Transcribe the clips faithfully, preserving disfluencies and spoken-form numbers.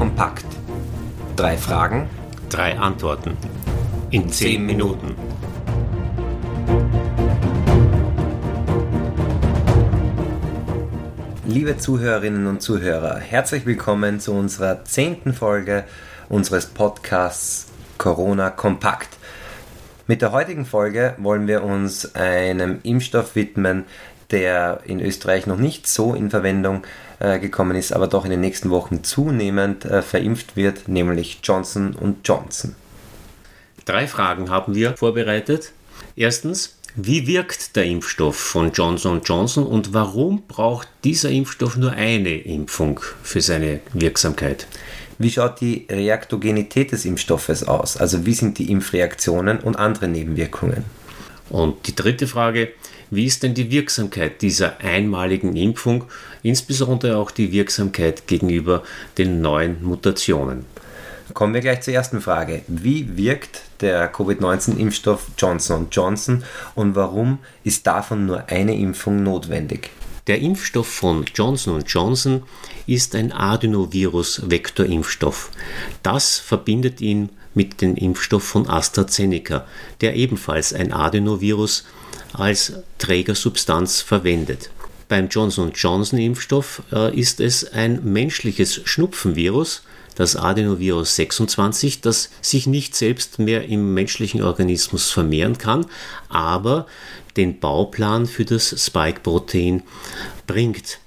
kompakt. Drei Fragen, drei Antworten in zehn Minuten. Liebe Zuhörerinnen und Zuhörer, herzlich willkommen zu unserer zehnten Folge unseres Podcasts Corona Kompakt. Mit der heutigen Folge wollen wir uns einem Impfstoff widmen, der in Österreich noch nicht so in Verwendung äh, gekommen ist, aber doch in den nächsten Wochen zunehmend äh, verimpft wird, nämlich Johnson und Johnson. Drei Fragen haben wir vorbereitet. Erstens, wie wirkt der Impfstoff von Johnson und Johnson und warum braucht dieser Impfstoff nur eine Impfung für seine Wirksamkeit? Wie schaut die Reaktogenität des Impfstoffes aus? Also wie sind die Impfreaktionen und andere Nebenwirkungen? Und die dritte Frage, wie ist denn die Wirksamkeit dieser einmaligen Impfung, insbesondere auch die Wirksamkeit gegenüber den neuen Mutationen? Kommen wir gleich zur ersten Frage. Wie wirkt der Covid neunzehn Impfstoff Johnson und Johnson und warum ist davon nur eine Impfung notwendig? Der Impfstoff von Johnson und Johnson ist ein Adenovirus-Vektorimpfstoff. Das verbindet ihn mit dem Impfstoff von AstraZeneca, der ebenfalls ein Adenovirus als Trägersubstanz verwendet. Beim Johnson und Johnson Impfstoff äh, ist es ein menschliches Schnupfenvirus, das Adenovirus sechsundzwanzig, das sich nicht selbst mehr im menschlichen Organismus vermehren kann, aber den Bauplan für das Spike-Protein bringt.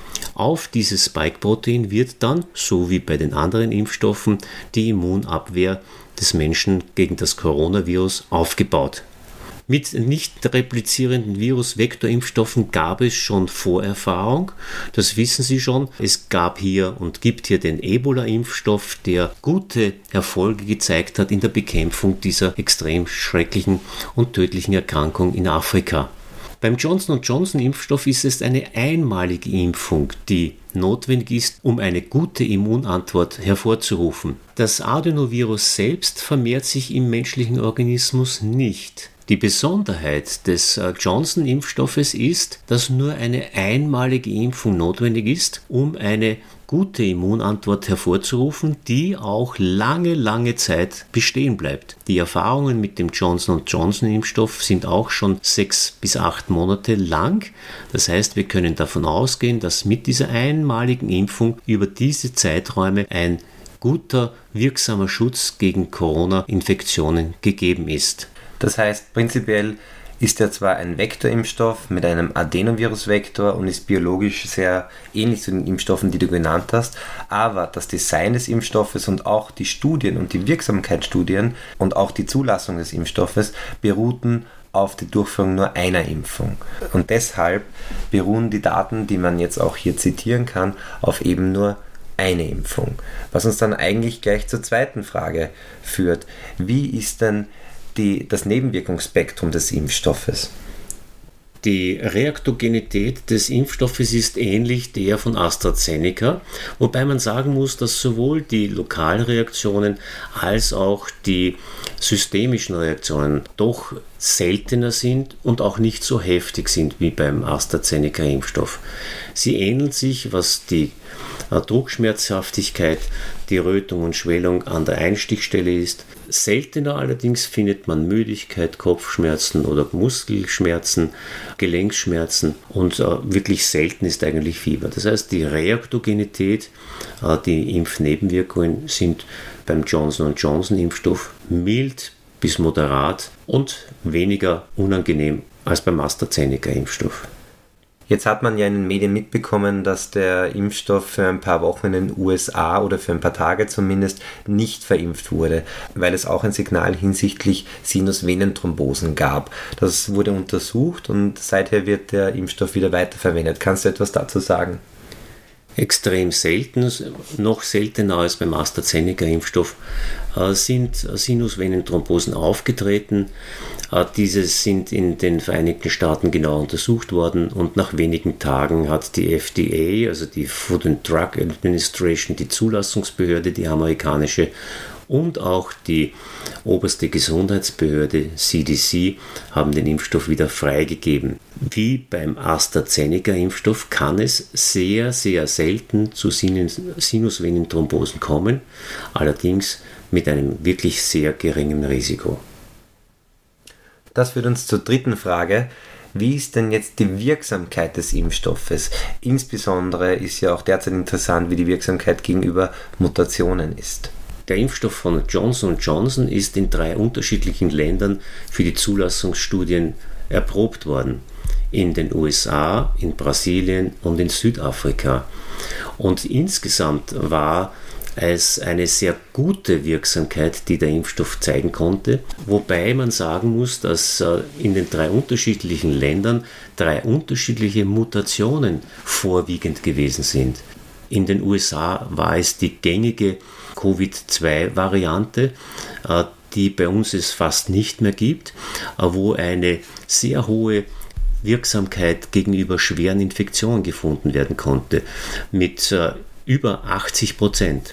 Auf dieses Spike-Protein wird dann, so wie bei den anderen Impfstoffen, die Immunabwehr des Menschen gegen das Coronavirus aufgebaut. Mit nicht replizierenden Virus-Vektorimpfstoffen gab es schon Vorerfahrung, das wissen Sie schon. Es gab hier und gibt hier den Ebola-Impfstoff, der gute Erfolge gezeigt hat in der Bekämpfung dieser extrem schrecklichen und tödlichen Erkrankung in Afrika. Beim Johnson und Johnson Impfstoff ist es eine einmalige Impfung, die notwendig ist, um eine gute Immunantwort hervorzurufen. Das Adenovirus selbst vermehrt sich im menschlichen Organismus nicht. Die Besonderheit des Johnson-Impfstoffes ist, dass nur eine einmalige Impfung notwendig ist, um eine gute Immunantwort hervorzurufen, die auch lange, lange Zeit bestehen bleibt. Die Erfahrungen mit dem Johnson und Johnson Impfstoff sind auch schon sechs bis acht Monate lang. Das heißt, wir können davon ausgehen, dass mit dieser einmaligen Impfung über diese Zeiträume ein guter, wirksamer Schutz gegen Corona-Infektionen gegeben ist. Das heißt, prinzipiell ist er zwar ein Vektorimpfstoff mit einem Adenovirus-Vektor und ist biologisch sehr ähnlich zu den Impfstoffen, die du genannt hast, aber das Design des Impfstoffes und auch die Studien und die Wirksamkeitsstudien und auch die Zulassung des Impfstoffes beruhten auf die Durchführung nur einer Impfung. Und deshalb beruhen die Daten, die man jetzt auch hier zitieren kann, auf eben nur eine Impfung. Was uns dann eigentlich gleich zur zweiten Frage führt. Wie ist denn Die, das Nebenwirkungsspektrum des Impfstoffes? Die Reaktogenität des Impfstoffes ist ähnlich der von AstraZeneca, wobei man sagen muss, dass sowohl die Lokalreaktionen als auch die systemischen Reaktionen doch seltener sind und auch nicht so heftig sind wie beim AstraZeneca-Impfstoff. Sie ähneln sich, was die Druckschmerzhaftigkeit, die Rötung und Schwellung an der Einstichstelle ist. Seltener allerdings findet man Müdigkeit, Kopfschmerzen oder Muskelschmerzen, Gelenkschmerzen und äh, wirklich selten ist eigentlich Fieber. Das heißt, die Reaktogenität, äh, die Impfnebenwirkungen sind beim Johnson und Johnson Impfstoff mild bis moderat und weniger unangenehm als beim AstraZeneca Impfstoff. Jetzt hat man ja in den Medien mitbekommen, dass der Impfstoff für ein paar Wochen in den U S A oder für ein paar Tage zumindest nicht verimpft wurde, weil es auch ein Signal hinsichtlich Sinusvenenthrombosen gab. Das wurde untersucht und seither wird der Impfstoff wieder weiterverwendet. Kannst du etwas dazu sagen? Extrem selten, noch seltener als beim AstraZeneca-Impfstoff, sind Sinusvenenthrombosen aufgetreten. Diese sind in den Vereinigten Staaten genau untersucht worden und nach wenigen Tagen hat die F D A, also die Food and Drug Administration, die Zulassungsbehörde, die amerikanische, und auch die oberste Gesundheitsbehörde C D C haben den Impfstoff wieder freigegeben. Wie beim AstraZeneca-Impfstoff kann es sehr, sehr selten zu Sinusvenenthrombosen kommen, allerdings mit einem wirklich sehr geringen Risiko. Das führt uns zur dritten Frage. Wie ist denn jetzt die Wirksamkeit des Impfstoffes? Insbesondere ist ja auch derzeit interessant, wie die Wirksamkeit gegenüber Mutationen ist. Der Impfstoff von Johnson und Johnson ist in drei unterschiedlichen Ländern für die Zulassungsstudien erprobt worden. In den U S A, in Brasilien und in Südafrika. Und insgesamt war es eine sehr gute Wirksamkeit, die der Impfstoff zeigen konnte, wobei man sagen muss, dass in den drei unterschiedlichen Ländern drei unterschiedliche Mutationen vorwiegend gewesen sind. In den U S A war es die gängige Covid zwei Variante, die bei uns es fast nicht mehr gibt, wo eine sehr hohe Wirksamkeit gegenüber schweren Infektionen gefunden werden konnte, mit über achtzig Prozent.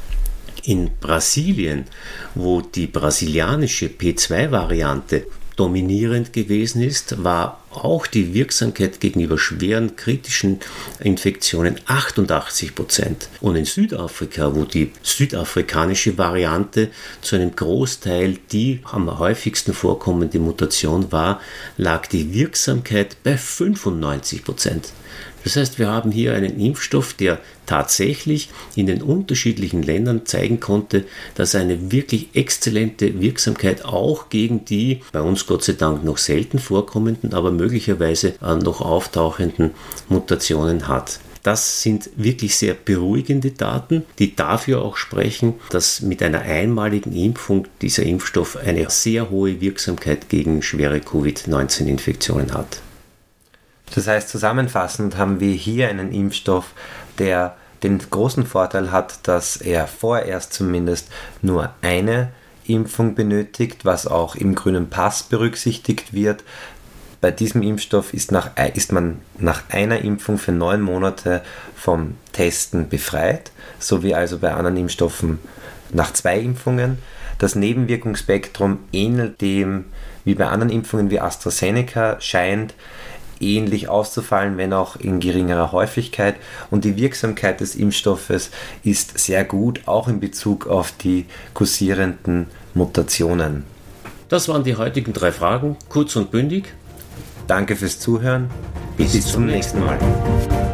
In Brasilien, wo die brasilianische P zwei Variante dominierend gewesen ist, war auch die Wirksamkeit gegenüber schweren kritischen Infektionen achtundachtzig Prozent. Und in Südafrika, wo die südafrikanische Variante zu einem Großteil die am häufigsten vorkommende Mutation war, lag die Wirksamkeit bei fünfundneunzig Prozent. Das heißt, wir haben hier einen Impfstoff, der tatsächlich in den unterschiedlichen Ländern zeigen konnte, dass er eine wirklich exzellente Wirksamkeit auch gegen die bei uns Gott sei Dank noch selten vorkommenden, aber möglicherweise noch auftauchenden Mutationen hat. Das sind wirklich sehr beruhigende Daten, die dafür auch sprechen, dass mit einer einmaligen Impfung dieser Impfstoff eine sehr hohe Wirksamkeit gegen schwere Covid neunzehn Infektionen hat. Das heißt, zusammenfassend haben wir hier einen Impfstoff, der den großen Vorteil hat, dass er vorerst zumindest nur eine Impfung benötigt, was auch im grünen Pass berücksichtigt wird. Bei diesem Impfstoff ist, nach, ist man nach einer Impfung für neun Monate vom Testen befreit, so wie also bei anderen Impfstoffen nach zwei Impfungen. Das Nebenwirkungsspektrum ähnelt dem wie bei anderen Impfungen wie AstraZeneca, scheint ähnlich auszufallen, wenn auch in geringerer Häufigkeit, und die Wirksamkeit des Impfstoffes ist sehr gut, auch in Bezug auf die kursierenden Mutationen. Das waren die heutigen drei Fragen, kurz und bündig. Danke fürs Zuhören. Bis, Bis zum nächsten Mal.